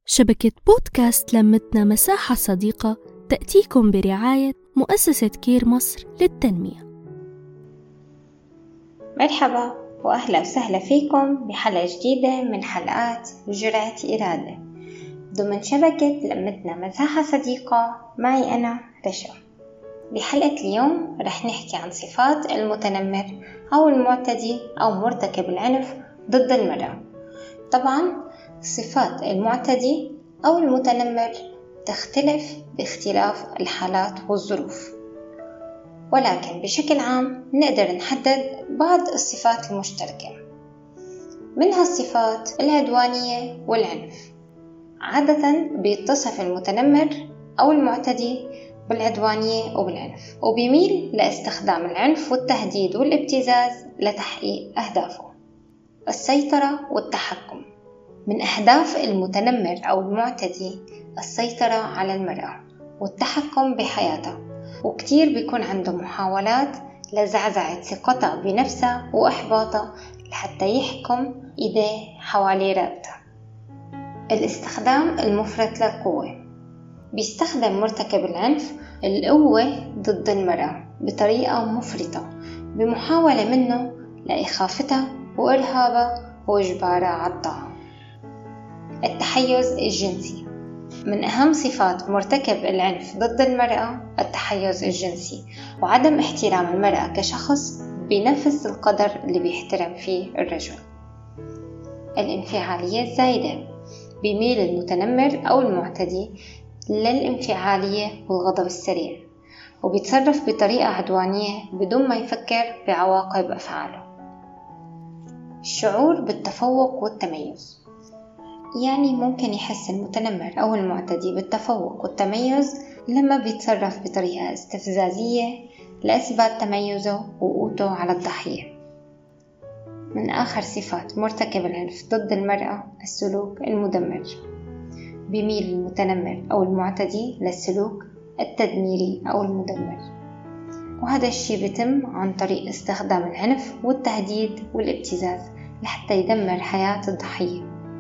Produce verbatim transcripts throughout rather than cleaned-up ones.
شبكة بودكاست لمتنا مساحة صديقة تأتيكم برعاية مؤسسة كير مصر للتنمية. مرحبا وأهلا وسهلا فيكم بحلقة جديدة من حلقات جرعة إرادة ضمن شبكة لمتنا مساحة صديقة. معي أنا رشا. بحلقة اليوم رح نحكي عن صفات المتنمر أو المعتدي أو مرتكب العنف ضد المرأة. طبعا صفات المعتدي أو المتنمر تختلف باختلاف الحالات والظروف، ولكن بشكل عام نقدر نحدد بعض الصفات المشتركة. منها الصفات العدوانية والعنف. عادة بيتصف المتنمر أو المعتدي بالعدوانية وبالعنف، وبيميل لاستخدام العنف والتهديد والابتزاز لتحقيق أهدافه. السيطرة والتحكم. من أهداف المتنمر أو المعتدي السيطرة على المرأة والتحكم بحياتها، وكتير بيكون عنده محاولات لزعزعة ثقتها بنفسها وإحباطها لحتى يحكم إيديه حوالي رقبتها. الاستخدام المفرط للقوة. بيستخدم مرتكب العنف القوة ضد المرأة بطريقة مفرطة بمحاولة منه لإخافتها وإرهابها وإجبارها على الطاعة. التحيز الجنسي. من أهم صفات مرتكب العنف ضد المرأة التحيز الجنسي وعدم احترام المرأة كشخص بنفس القدر اللي بيحترم فيه الرجل. الانفعالية الزايدة. بيميل المتنمر أو المعتدي للانفعالية والغضب السريع، وبيتصرف بطريقة عدوانية بدون ما يفكر بعواقب أفعاله. الشعور بالتفوق والتميز. يعني ممكن يحس المتنمر أو المعتدي بالتفوق والتميز لما بيتصرف بطريقة استفزازية لإثبات تميزه وقوته على الضحية. من آخر صفات مرتكب العنف ضد المرأة السلوك المدمر. بيميل المتنمر أو المعتدي للسلوك التدميري أو المدمر، وهذا الشيء بيتم عن طريق استخدام العنف والتهديد والابتزاز لحتى يدمر حياة الضحية.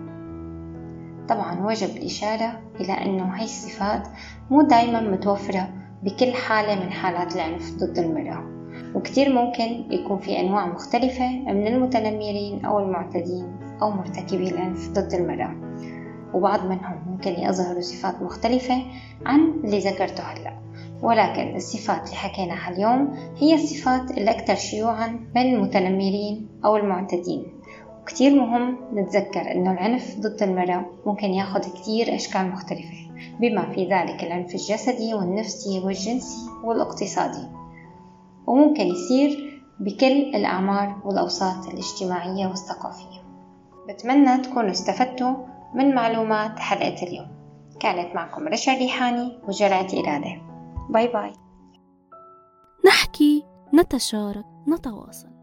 طبعا وجب الإشارة إلى أنه هاي الصفات مو دايما متوفرة بكل حالة من حالات العنف ضد المرأة، وكتير ممكن يكون في أنواع مختلفة من المتنمرين أو المعتدين أو مرتكبي العنف ضد المرأة، وبعض منهم ممكن يظهروا صفات مختلفة عن اللي ذكرته هلأ. ولكن الصفات اللي حكيناها اليوم هي الصفات الأكثر شيوعا بين المتنمرين أو المعتدين. كتير مهم نتذكر أنه العنف ضد المرأة ممكن ياخد كتير أشكال مختلفة، بما في ذلك العنف الجسدي والنفسي والجنسي والاقتصادي، وممكن يصير بكل الأعمار والأوساط الاجتماعية والثقافية. بتمنى تكونوا استفدتوا من معلومات حلقة اليوم. كانت معكم رشا ريحاني وجرعة إرادة. باي باي. نحكي، نتشارك، نتواصل.